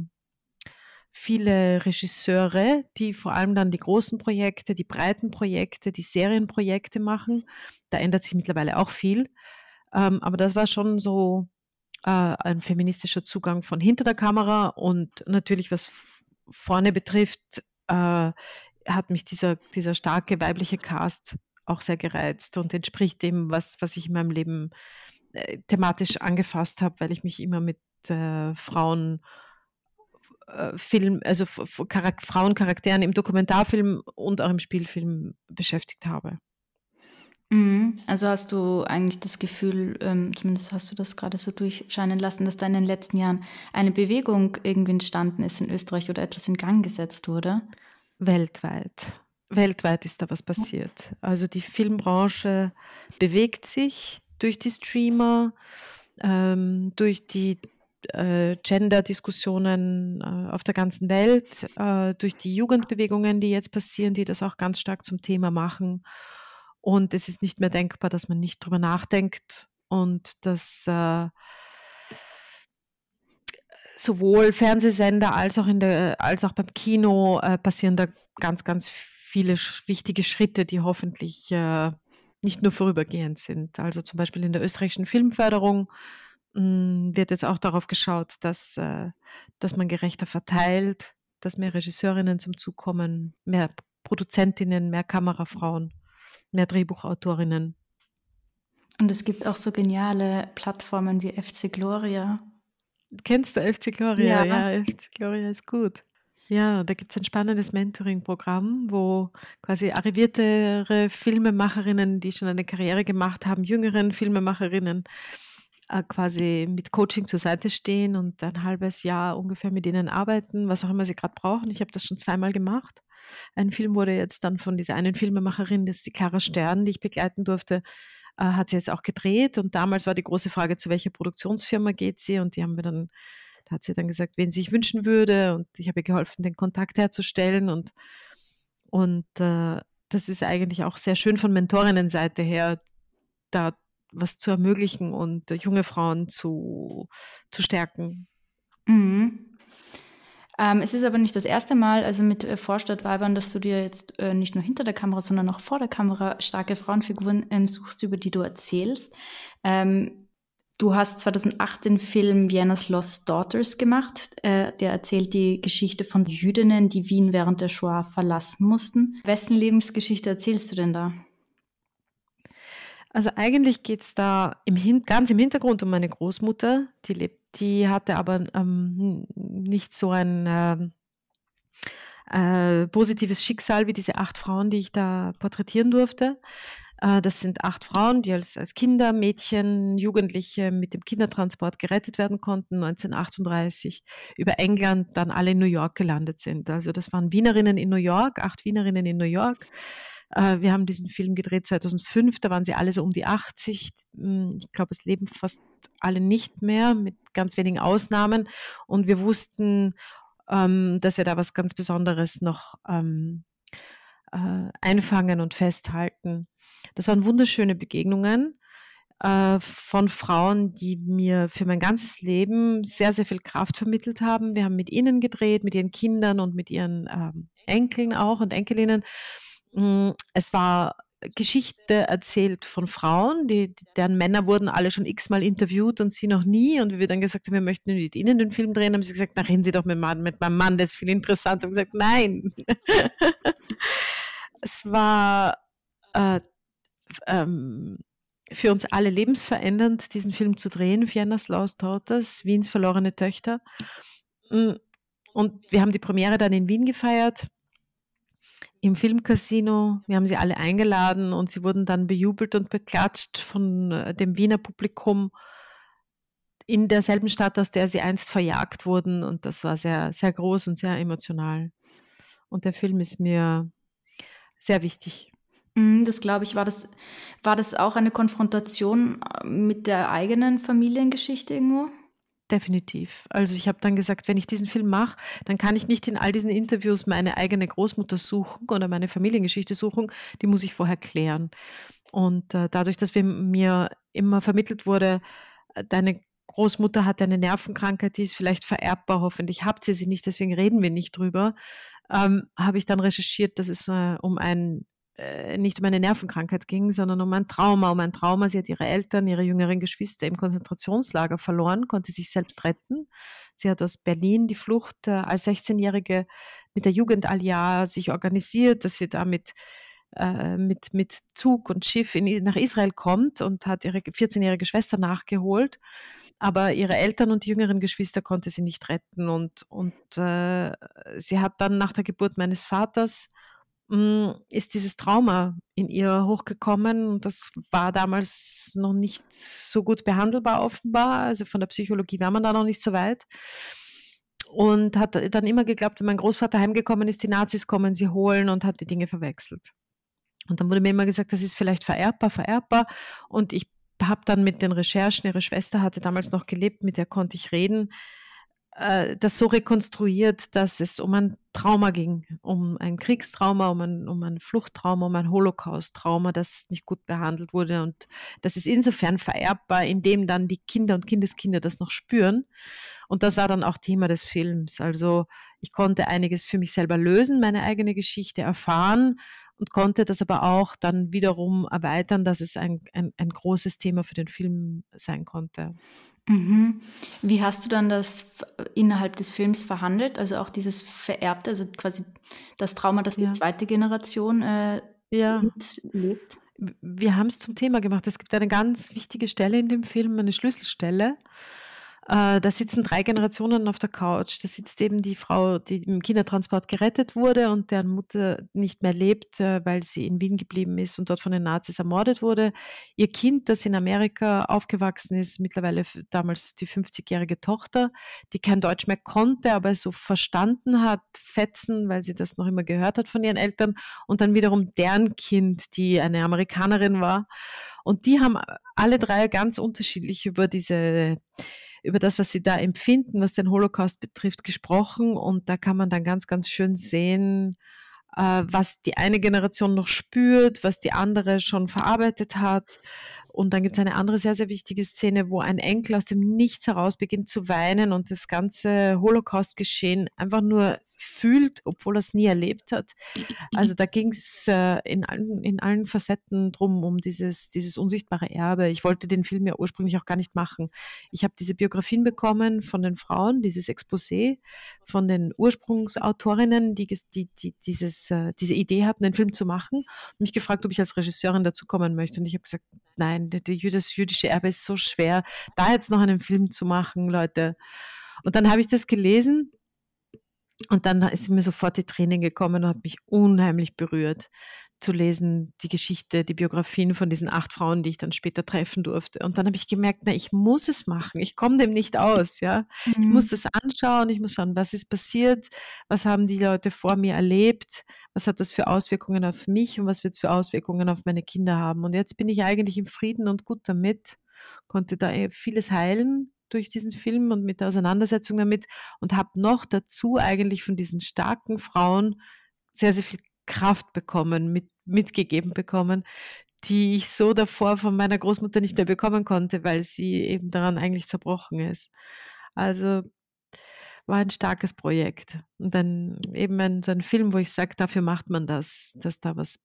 viele Regisseure, die vor allem dann die großen Projekte, die breiten Projekte, die Serienprojekte machen. Da ändert sich mittlerweile auch viel. Aber das war schon so ein feministischer Zugang von hinter der Kamera, und natürlich, was vorne betrifft, hat mich dieser starke weibliche Cast auch sehr gereizt und entspricht dem, was ich in meinem Leben thematisch angefasst habe, weil ich mich immer mit Frauen also Frauencharakteren im Dokumentarfilm und auch im Spielfilm beschäftigt habe. Also hast du eigentlich das Gefühl, zumindest hast du das gerade so durchscheinen lassen, dass da in den letzten Jahren eine Bewegung irgendwie entstanden ist in Österreich oder etwas in Gang gesetzt wurde? Weltweit. Weltweit ist da was passiert. Also die Filmbranche bewegt sich durch die Streamer, durch die Gender-Diskussionen auf der ganzen Welt, durch die Jugendbewegungen, die jetzt passieren, die das auch ganz stark zum Thema machen. Und es ist nicht mehr denkbar, dass man nicht drüber nachdenkt, und dass sowohl Fernsehsender als auch beim Kino passieren da ganz, ganz viele wichtige Schritte, die hoffentlich nicht nur vorübergehend sind. Also zum Beispiel in der österreichischen Filmförderung wird jetzt auch darauf geschaut, dass man gerechter verteilt, dass mehr Regisseurinnen zum Zug kommen, mehr Produzentinnen, mehr Kamerafrauen, mehr Drehbuchautorinnen. Und es gibt auch so geniale Plattformen wie FC Gloria. Kennst du FC Gloria? Ja. Ja, FC Gloria ist gut. Ja, da gibt es ein spannendes Mentoring-Programm, wo quasi arriviertere Filmemacherinnen, die schon eine Karriere gemacht haben, jüngeren Filmemacherinnen quasi mit Coaching zur Seite stehen und ein halbes Jahr ungefähr mit ihnen arbeiten, was auch immer sie gerade brauchen. Ich habe das schon zweimal gemacht. Ein Film wurde jetzt dann von dieser einen Filmemacherin, das ist die Clara Stern, die ich begleiten durfte, hat sie jetzt auch gedreht. Und damals war die große Frage, zu welcher Produktionsfirma geht sie? Und da hat sie dann gesagt, wen sie sich wünschen würde. Und ich habe ihr geholfen, den Kontakt herzustellen. Und das ist eigentlich auch sehr schön von Mentorinnenseite her, da was zu ermöglichen und junge Frauen zu stärken. Es ist aber nicht das erste Mal, also mit Vorstadtweibern, dass du dir jetzt nicht nur hinter der Kamera, sondern auch vor der Kamera starke Frauenfiguren suchst, über die du erzählst. Du hast 2008 den Film Vienna's Lost Daughters gemacht. Der erzählt die Geschichte von Jüdinnen, die Wien während der Shoah verlassen mussten. Wessen Lebensgeschichte erzählst du denn da? Also eigentlich geht es da ganz im Hintergrund um meine Großmutter, die hatte aber nicht so ein positives Schicksal wie diese 8 Frauen, die ich da porträtieren durfte. Das sind 8 Frauen, die als Kinder, Mädchen, Jugendliche mit dem Kindertransport gerettet werden konnten, 1938 über England dann alle in New York gelandet sind. Also das waren Wienerinnen in New York, 8 Wienerinnen in New York. Wir haben diesen Film gedreht 2005, da waren sie alle so um die 80. Ich glaube, es leben fast alle nicht mehr, mit ganz wenigen Ausnahmen. Und wir wussten, dass wir da was ganz Besonderes noch einfangen und festhalten. Das waren wunderschöne Begegnungen von Frauen, die mir für mein ganzes Leben sehr, sehr viel Kraft vermittelt haben. Wir haben mit ihnen gedreht, mit ihren Kindern und mit ihren Enkeln auch und Enkelinnen. Es war Geschichte erzählt von Frauen, deren Männer wurden alle schon x-mal interviewt und sie noch nie. Und wie wir dann gesagt haben, wir möchten mit Ihnen den Film drehen, haben sie gesagt, na, reden Sie doch mit meinem Mann, das ist viel interessanter. Und gesagt, nein. Es war für uns alle lebensverändernd, diesen Film zu drehen, Vienna's Lost Daughters, Wiens verlorene Töchter. Und wir haben die Premiere dann in Wien gefeiert, im Filmcasino. Wir haben sie alle eingeladen und sie wurden dann bejubelt und beklatscht von dem Wiener Publikum in derselben Stadt, aus der sie einst verjagt wurden. Und das war sehr, sehr groß und sehr emotional. Und der Film ist mir sehr wichtig. Das glaube ich. War das auch eine Konfrontation mit der eigenen Familiengeschichte irgendwo? Definitiv. Also ich habe dann gesagt, wenn ich diesen Film mache, dann kann ich nicht in all diesen Interviews meine eigene Großmutter suchen oder meine Familiengeschichte suchen, die muss ich vorher klären. Und dadurch, dass mir immer vermittelt wurde, deine Großmutter hat eine Nervenkrankheit, die ist vielleicht vererbbar, hoffentlich habt sie nicht, deswegen reden wir nicht drüber, habe ich dann recherchiert, dass es nicht um eine Nervenkrankheit ging, sondern um ein Trauma. Sie hat ihre Eltern, ihre jüngeren Geschwister im Konzentrationslager verloren, konnte sich selbst retten. Sie hat aus Berlin die Flucht als 16-Jährige mit der Jugendallianz sich organisiert, dass sie da mit Zug und Schiff nach Israel kommt und hat ihre 14-jährige Schwester nachgeholt. Aber ihre Eltern und die jüngeren Geschwister konnte sie nicht retten. Und sie hat dann nach der Geburt meines Vaters ist dieses Trauma in ihr hochgekommen und das war damals noch nicht so gut behandelbar offenbar, also von der Psychologie war man da noch nicht so weit und hat dann immer geglaubt, wenn mein Großvater heimgekommen ist, die Nazis kommen sie holen und hat die Dinge verwechselt. Und dann wurde mir immer gesagt, das ist vielleicht vererbbar und ich habe dann mit den Recherchen, ihre Schwester hatte damals noch gelebt, mit der konnte ich reden, das so rekonstruiert, dass es um ein Trauma ging, um ein Kriegstrauma, um ein Fluchttrauma, um ein Holocaust-Trauma, das nicht gut behandelt wurde. Und das ist insofern vererbbar, indem dann die Kinder und Kindeskinder das noch spüren. Und das war dann auch Thema des Films. Also ich konnte einiges für mich selber lösen, meine eigene Geschichte erfahren und konnte das aber auch dann wiederum erweitern, dass es ein großes Thema für den Film sein konnte. Mhm. Wie hast du dann das innerhalb des Films verhandelt? Also auch dieses Vererbte, also quasi das Trauma, das die zweite Generation mitlebt? Wir haben es zum Thema gemacht. Es gibt eine ganz wichtige Stelle in dem Film, eine Schlüsselstelle. Da sitzen 3 Generationen auf der Couch. Da sitzt eben die Frau, die im Kindertransport gerettet wurde und deren Mutter nicht mehr lebt, weil sie in Wien geblieben ist und dort von den Nazis ermordet wurde. Ihr Kind, das in Amerika aufgewachsen ist, mittlerweile damals die 50-jährige Tochter, die kein Deutsch mehr konnte, aber so verstanden hat, fetzen, weil sie das noch immer gehört hat von ihren Eltern. Und dann wiederum deren Kind, die eine Amerikanerin war. Und die haben alle 3 ganz unterschiedlich über das, was sie da empfinden, was den Holocaust betrifft, gesprochen. Und da kann man dann ganz, ganz schön sehen, was die eine Generation noch spürt, was die andere schon verarbeitet hat. Und dann gibt es eine andere sehr, sehr wichtige Szene, wo ein Enkel aus dem Nichts heraus beginnt zu weinen und das ganze Holocaust-Geschehen einfach nur fühlt, obwohl er es nie erlebt hat. Also da ging es in allen Facetten drum, um dieses unsichtbare Erbe. Ich wollte den Film ja ursprünglich auch gar nicht machen. Ich habe diese Biografien bekommen von den Frauen, dieses Exposé von den Ursprungsautorinnen, die diese Idee hatten, den Film zu machen, und mich gefragt, ob ich als Regisseurin dazu kommen möchte. Und ich habe gesagt, nein, das jüdische Erbe ist so schwer, da jetzt noch einen Film zu machen, Leute. Und dann habe ich das gelesen und dann ist mir sofort die Tränen gekommen und hat mich unheimlich berührt zu lesen, die Geschichte, die Biografien von diesen 8 Frauen, die ich dann später treffen durfte. Und dann habe ich gemerkt, na, ich muss es machen. Ich komme dem nicht aus, ja. Ich muss das anschauen, ich muss schauen, was ist passiert, was haben die Leute vor mir erlebt, was hat das für Auswirkungen auf mich und was wird es für Auswirkungen auf meine Kinder haben. Und jetzt bin ich eigentlich im Frieden und gut damit, konnte da vieles heilen durch diesen Film und mit der Auseinandersetzung damit und habe noch dazu eigentlich von diesen starken Frauen sehr, sehr viel Kraft bekommen, mitgegeben bekommen, die ich so davor von meiner Großmutter nicht mehr bekommen konnte, weil sie eben daran eigentlich zerbrochen ist. Also war ein starkes Projekt. Und dann eben so ein Film, wo ich sage, dafür macht man das, dass da was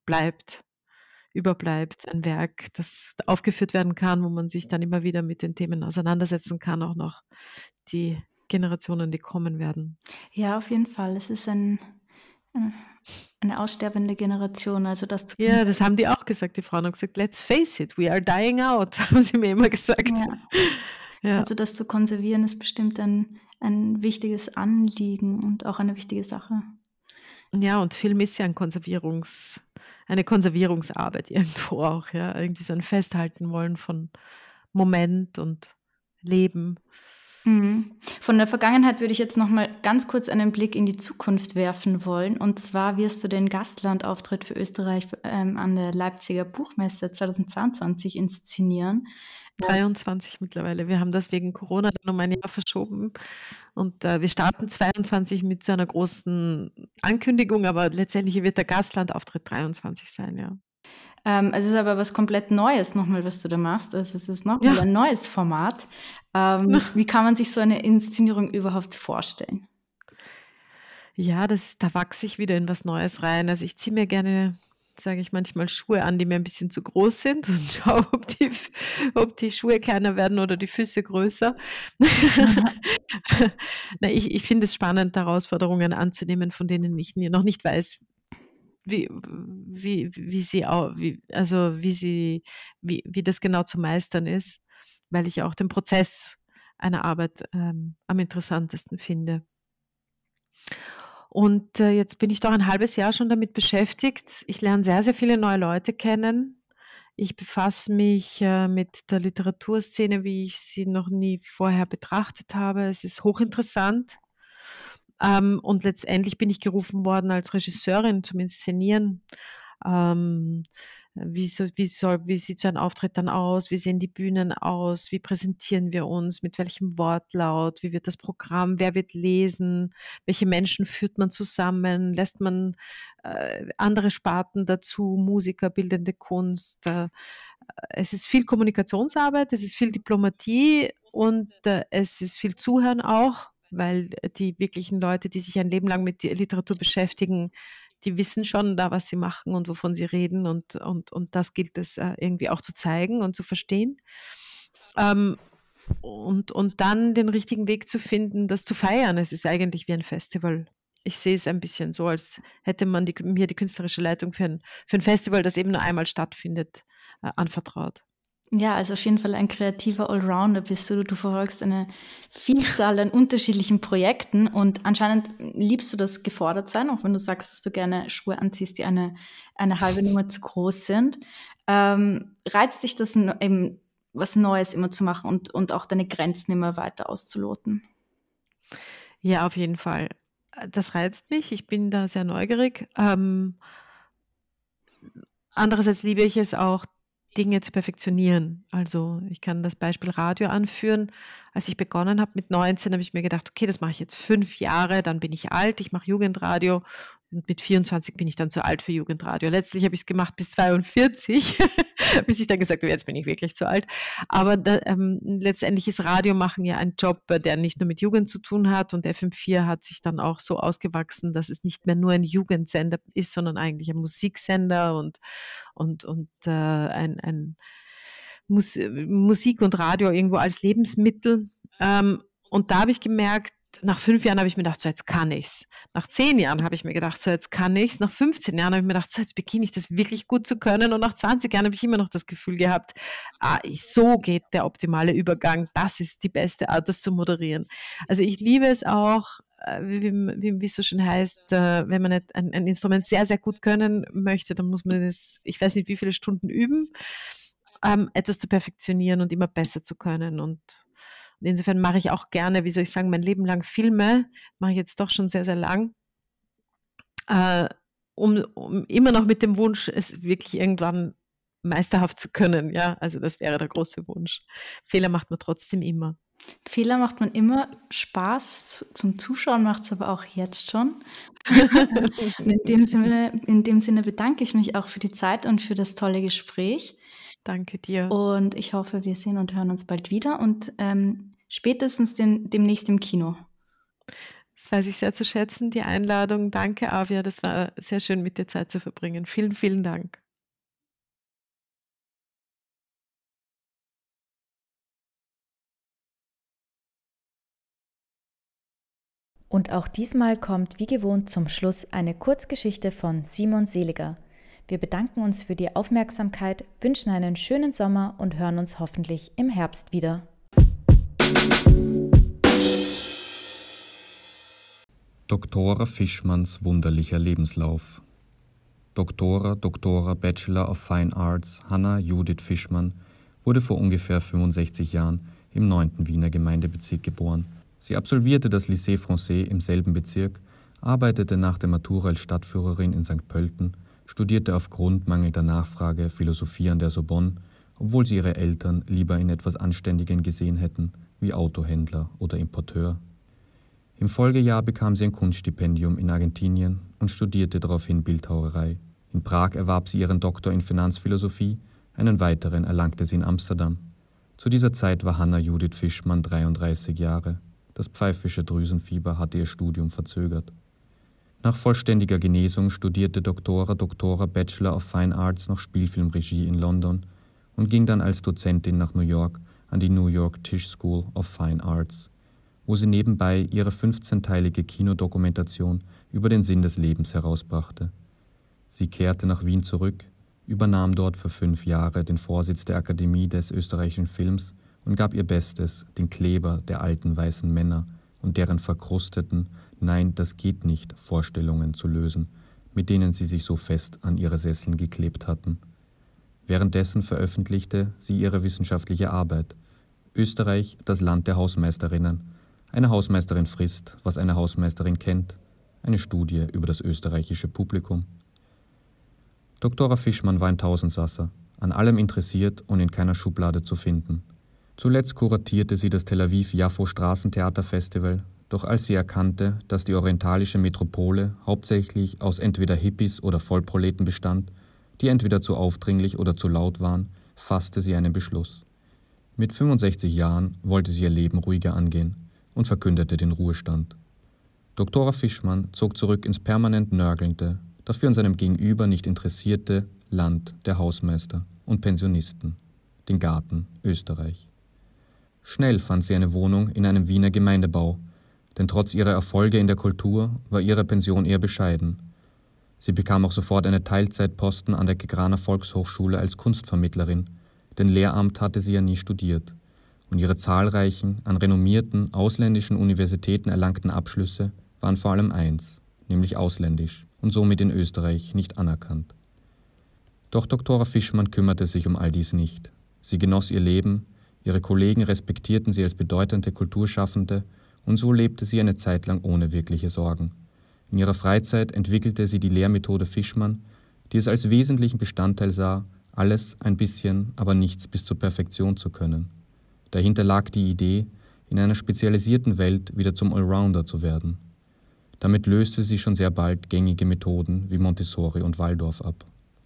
überbleibt, ein Werk, das aufgeführt werden kann, wo man sich dann immer wieder mit den Themen auseinandersetzen kann, auch noch die Generationen, die kommen werden. Ja, auf jeden Fall. Es ist ein Eine eine aussterbende Generation, also das zu Ja, das haben die auch gesagt. Die Frauen haben gesagt: „Let's face it, we are dying out“, haben sie mir immer gesagt. ja, Ja. also das zu konservieren ist bestimmt ein wichtiges Anliegen und auch eine wichtige Sache. Ja, und Film ist ja eine Konservierungsarbeit irgendwo auch, ja. Irgendwie so ein Festhalten wollen von Moment und Leben. Mhm. Von der Vergangenheit würde ich jetzt noch mal ganz kurz einen Blick in die Zukunft werfen wollen. Und zwar wirst du den Gastlandauftritt für Österreich, an der Leipziger Buchmesse 2022 inszenieren. 23 mittlerweile. Wir haben das wegen Corona dann um ein Jahr verschoben und, wir starten 22 mit so einer großen Ankündigung, aber letztendlich wird der Gastlandauftritt 23 sein, ja. Es ist aber was komplett Neues noch mal, was du da machst. Also, es ist noch mal Ja. ein neues Format. Wie kann man sich so eine Inszenierung überhaupt vorstellen? Ja, da wachse ich wieder in was Neues rein. Also, ich ziehe mir gerne, sage ich manchmal, Schuhe an, die mir ein bisschen zu groß sind und schaue, ob die Schuhe kleiner werden oder die Füße größer. Na, ich finde es spannend, Herausforderungen anzunehmen, von denen ich noch nicht weiß, wie sie au wie also, wie das genau zu meistern ist, weil ich auch den Prozess einer Arbeit, am interessantesten finde. Und, jetzt bin ich doch ein halbes Jahr schon damit beschäftigt. Ich lerne sehr, sehr viele neue Leute kennen. Ich befasse mich, mit der Literaturszene, wie ich sie noch nie vorher betrachtet habe. Es ist hochinteressant. Und letztendlich bin ich gerufen worden als Regisseurin zum Inszenieren. Ähm, wie sieht so ein Auftritt dann aus? Wie sehen die Bühnen aus? Wie präsentieren wir uns? Mit welchem Wortlaut? Wie wird das Programm? Wer wird lesen? Welche Menschen führt man zusammen? Lässt man, andere Sparten dazu, Musiker, bildende Kunst? Es ist viel Kommunikationsarbeit, es ist viel Diplomatie und, es ist viel Zuhören auch, weil die wirklichen Leute, die sich ein Leben lang mit Literatur beschäftigen, die wissen schon da, was sie machen und wovon sie reden und das gilt es, irgendwie auch zu zeigen und zu verstehen. Ähm, und dann den richtigen Weg zu finden, das zu feiern. Es ist eigentlich wie ein Festival. Ich sehe es ein bisschen so, als hätte man mir die künstlerische Leitung für ein Festival, das eben nur einmal stattfindet, anvertraut. Ja, also auf jeden Fall ein kreativer Allrounder bist du. Du verfolgst eine Vielzahl an unterschiedlichen Projekten und anscheinend liebst du das gefordert sein, auch wenn du sagst, dass du gerne Schuhe anziehst, die eine halbe Nummer zu groß sind. Reizt dich das eben was Neues immer zu machen und auch deine Grenzen immer weiter auszuloten? Ja, auf jeden Fall. Das reizt mich. Ich bin da sehr neugierig. Andererseits liebe ich es auch, Dinge zu perfektionieren. Also, ich kann das Beispiel Radio anführen. Als ich begonnen habe mit 19, habe ich mir gedacht: „Okay, das mache ich jetzt 5 Jahre, dann bin ich alt, ich mache Jugendradio und mit 24 bin ich dann zu alt für Jugendradio.“ Letztlich habe ich es gemacht bis 42, bis ich dann gesagt habe: „Jetzt bin ich wirklich zu alt.“ Aber letztendlich ist Radiomachen ja ein Job, der nicht nur mit Jugend zu tun hat und FM4 hat sich dann auch so ausgewachsen, dass es nicht mehr nur ein Jugendsender ist, sondern eigentlich ein Musiksender ein Musik und Radio irgendwo als Lebensmittel. Und da habe ich gemerkt, nach 5 Jahren habe ich mir gedacht: „So, jetzt kann ich's.“ Nach 10 Jahren habe ich mir gedacht: „So, jetzt kann ich's.“ Nach 15 Jahren habe ich mir gedacht: „So, jetzt beginne ich das wirklich gut zu können.“ Und nach 20 Jahren habe ich immer noch das Gefühl gehabt: so geht der optimale Übergang. Das ist die beste Art, das zu moderieren.“ Also, ich liebe es auch, wie es so schön heißt, wenn man ein Instrument sehr, sehr gut können möchte, dann muss man es, ich weiß nicht, wie viele Stunden üben, etwas zu perfektionieren und immer besser zu können. Und insofern mache ich auch gerne, wie soll ich sagen, mein Leben lang Filme, mache ich jetzt doch schon sehr, sehr lang, äh, um immer noch mit dem Wunsch, es wirklich irgendwann meisterhaft zu können. Ja, also das wäre der große Wunsch. Fehler macht man trotzdem immer. Fehler macht man immer, Spaß zum Zuschauen macht's aber auch jetzt schon. In dem Sinne bedanke ich mich auch für die Zeit und für das tolle Gespräch. Danke dir. Und ich hoffe, wir sehen und hören uns bald wieder und, spätestens demnächst im Kino. Das weiß ich sehr zu schätzen, die Einladung. Danke, Avia. Das war sehr schön, mit dir Zeit zu verbringen. Vielen, vielen Dank. Und auch diesmal kommt wie gewohnt zum Schluss eine Kurzgeschichte von Simon Seliger. Wir bedanken uns für die Aufmerksamkeit, wünschen einen schönen Sommer und hören uns hoffentlich im Herbst wieder. Doktora Fischmanns wunderlicher Lebenslauf. Doktora, Bachelor of Fine Arts Hanna Judith Fischmann wurde vor ungefähr 65 Jahren im 9. Wiener Gemeindebezirk geboren. Sie absolvierte das Lycée Français im selben Bezirk, arbeitete nach der Matura als Stadtführerin in St. Pölten, studierte aufgrund mangelnder Nachfrage Philosophie an der Sorbonne, obwohl sie ihre Eltern lieber in etwas Anständigem gesehen hätten, wie Autohändler oder Importeur. Im Folgejahr bekam sie ein Kunststipendium in Argentinien und studierte daraufhin Bildhauerei. In Prag erwarb sie ihren Doktor in Finanzphilosophie, einen weiteren erlangte sie in Amsterdam. Zu dieser Zeit war Hanna Judith Fischmann 33 Jahre. Das pfeifische Drüsenfieber hatte ihr Studium verzögert. Nach vollständiger Genesung studierte Doktora Bachelor of Fine Arts noch Spielfilmregie in London und ging dann als Dozentin nach New York an die New York Tisch School of Fine Arts, wo sie nebenbei ihre 15-teilige Kinodokumentation über den Sinn des Lebens herausbrachte. Sie kehrte nach Wien zurück, übernahm dort für 5 Jahre den Vorsitz der Akademie des österreichischen Films und gab ihr Bestes, den Kleber der alten weißen Männer und deren verkrusteten »Nein, das geht nicht« Vorstellungen zu lösen, mit denen sie sich so fest an ihre Sesseln geklebt hatten. Währenddessen veröffentlichte sie ihre wissenschaftliche Arbeit »Österreich, das Land der Hausmeisterinnen«. Eine Hausmeisterin frisst, was eine Hausmeisterin kennt. Eine Studie über das österreichische Publikum. Doktora Fischmann war ein Tausendsasser, an allem interessiert und in keiner Schublade zu finden. Zuletzt kuratierte sie das Tel Aviv-Jaffo Straßentheaterfestival, doch als sie erkannte, dass die orientalische Metropole hauptsächlich aus entweder Hippies oder Vollproleten bestand, die entweder zu aufdringlich oder zu laut waren, fasste sie einen Beschluss. Mit 65 Jahren wollte sie ihr Leben ruhiger angehen und verkündete den Ruhestand. Doktora Fischmann zog zurück ins permanent nörgelnde, dafür an seinem Gegenüber nicht interessierte Land der Hausmeister und Pensionisten, den Garten Österreich. Schnell fand sie eine Wohnung in einem Wiener Gemeindebau, denn trotz ihrer Erfolge in der Kultur war ihre Pension eher bescheiden. Sie bekam auch sofort einen Teilzeitposten an der Gegraner Volkshochschule als Kunstvermittlerin, denn Lehramt hatte sie ja nie studiert, und ihre zahlreichen, an renommierten ausländischen Universitäten erlangten Abschlüsse waren vor allem eins, nämlich ausländisch und somit in Österreich nicht anerkannt. Doch Doktora Fischmann kümmerte sich um all dies nicht. Sie genoss ihr Leben, ihre Kollegen respektierten sie als bedeutende Kulturschaffende und so lebte sie eine Zeit lang ohne wirkliche Sorgen. In ihrer Freizeit entwickelte sie die Lehrmethode Fischmann, die es als wesentlichen Bestandteil sah, alles ein bisschen, aber nichts bis zur Perfektion zu können. Dahinter lag die Idee, in einer spezialisierten Welt wieder zum Allrounder zu werden. Damit löste sie schon sehr bald gängige Methoden wie Montessori und Waldorf ab.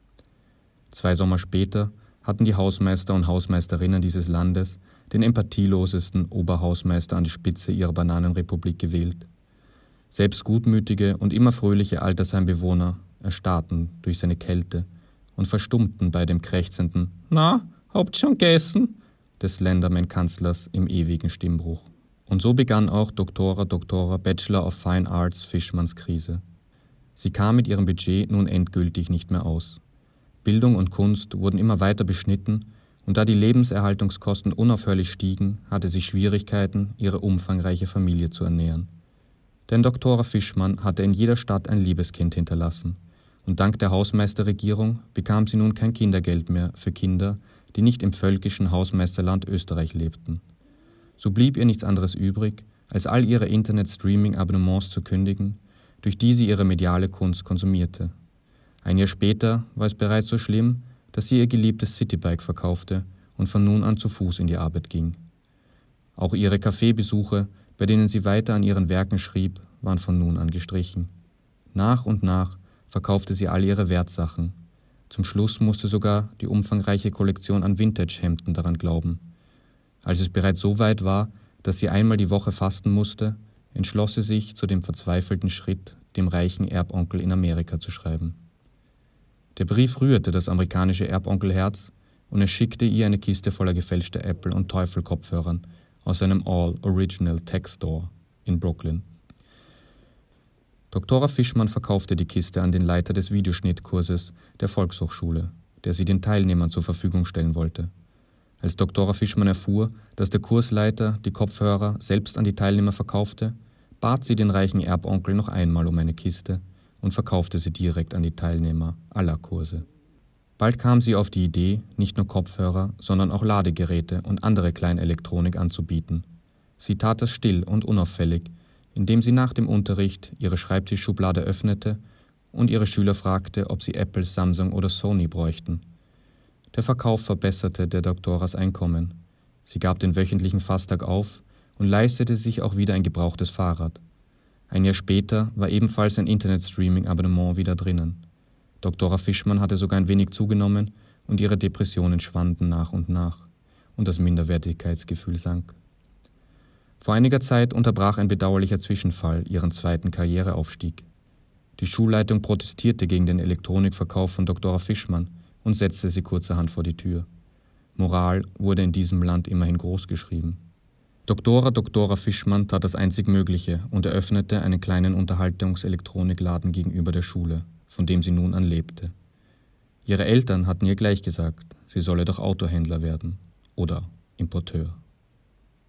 2 Sommer später hatten die Hausmeister und Hausmeisterinnen dieses Landes den empathielosesten Oberhausmeister an die Spitze ihrer Bananenrepublik gewählt. Selbst gutmütige und immer fröhliche Altersheimbewohner erstarrten durch seine Kälte und verstummten bei dem krächzenden »Na, habt schon gegessen?« des Slenderman-Kanzlers im ewigen Stimmbruch. Und so begann auch Doktora Bachelor of Fine Arts Fischmanns Krise. Sie kam mit ihrem Budget nun endgültig nicht mehr aus. Bildung und Kunst wurden immer weiter beschnitten, und da die Lebenserhaltungskosten unaufhörlich stiegen, hatte sie Schwierigkeiten, ihre umfangreiche Familie zu ernähren. Denn Doktora Fischmann hatte in jeder Stadt ein Liebeskind hinterlassen, und dank der Hausmeisterregierung bekam sie nun kein Kindergeld mehr für Kinder, die nicht im völkischen Hausmeisterland Österreich lebten. So blieb ihr nichts anderes übrig, als all ihre Internet-Streaming-Abonnements zu kündigen, durch die sie ihre mediale Kunst konsumierte. Ein Jahr später war es bereits so schlimm, dass sie ihr geliebtes Citybike verkaufte und von nun an zu Fuß in die Arbeit ging. Auch ihre Kaffeebesuche, bei denen sie weiter an ihren Werken schrieb, waren von nun an gestrichen. Nach und nach verkaufte sie all ihre Wertsachen. Zum Schluss musste sogar die umfangreiche Kollektion an Vintage-Hemden daran glauben. Als es bereits so weit war, dass sie einmal die Woche fasten musste, entschloss sie sich zu dem verzweifelten Schritt, dem reichen Erbonkel in Amerika zu schreiben. Der Brief rührte das amerikanische Erbonkelherz und er schickte ihr eine Kiste voller gefälschter Apple- und Teufel-Kopfhörern aus einem All-Original Tech Store in Brooklyn. Dr. Fischmann verkaufte die Kiste an den Leiter des Videoschnittkurses der Volkshochschule, der sie den Teilnehmern zur Verfügung stellen wollte. Als Dr. Fischmann erfuhr, dass der Kursleiter die Kopfhörer selbst an die Teilnehmer verkaufte, bat sie den reichen Erbonkel noch einmal um eine Kiste und verkaufte sie direkt an die Teilnehmer aller Kurse. Bald kam sie auf die Idee, nicht nur Kopfhörer, sondern auch Ladegeräte und andere Kleinelektronik anzubieten. Sie tat das still und unauffällig, indem sie nach dem Unterricht ihre Schreibtischschublade öffnete und ihre Schüler fragte, ob sie Apple, Samsung oder Sony bräuchten. Der Verkauf verbesserte der Doktoras Einkommen. Sie gab den wöchentlichen Fasstag auf und leistete sich auch wieder ein gebrauchtes Fahrrad. Ein Jahr später war ebenfalls ein Internet-Streaming-Abonnement wieder drinnen. Dr. Fischmann hatte sogar ein wenig zugenommen und ihre Depressionen schwanden nach und das Minderwertigkeitsgefühl sank. Vor einiger Zeit unterbrach ein bedauerlicher Zwischenfall ihren zweiten Karriereaufstieg. Die Schulleitung protestierte gegen den Elektronikverkauf von Dr. Fischmann und setzte sie kurzerhand vor die Tür. Moral wurde in diesem Land immerhin großgeschrieben. Dr. Fischmann tat das einzig Mögliche und eröffnete einen kleinen Unterhaltungselektronikladen gegenüber der Schule, von dem sie nun an lebte. Ihre Eltern hatten ihr gleich gesagt, sie solle doch Autohändler werden oder Importeur.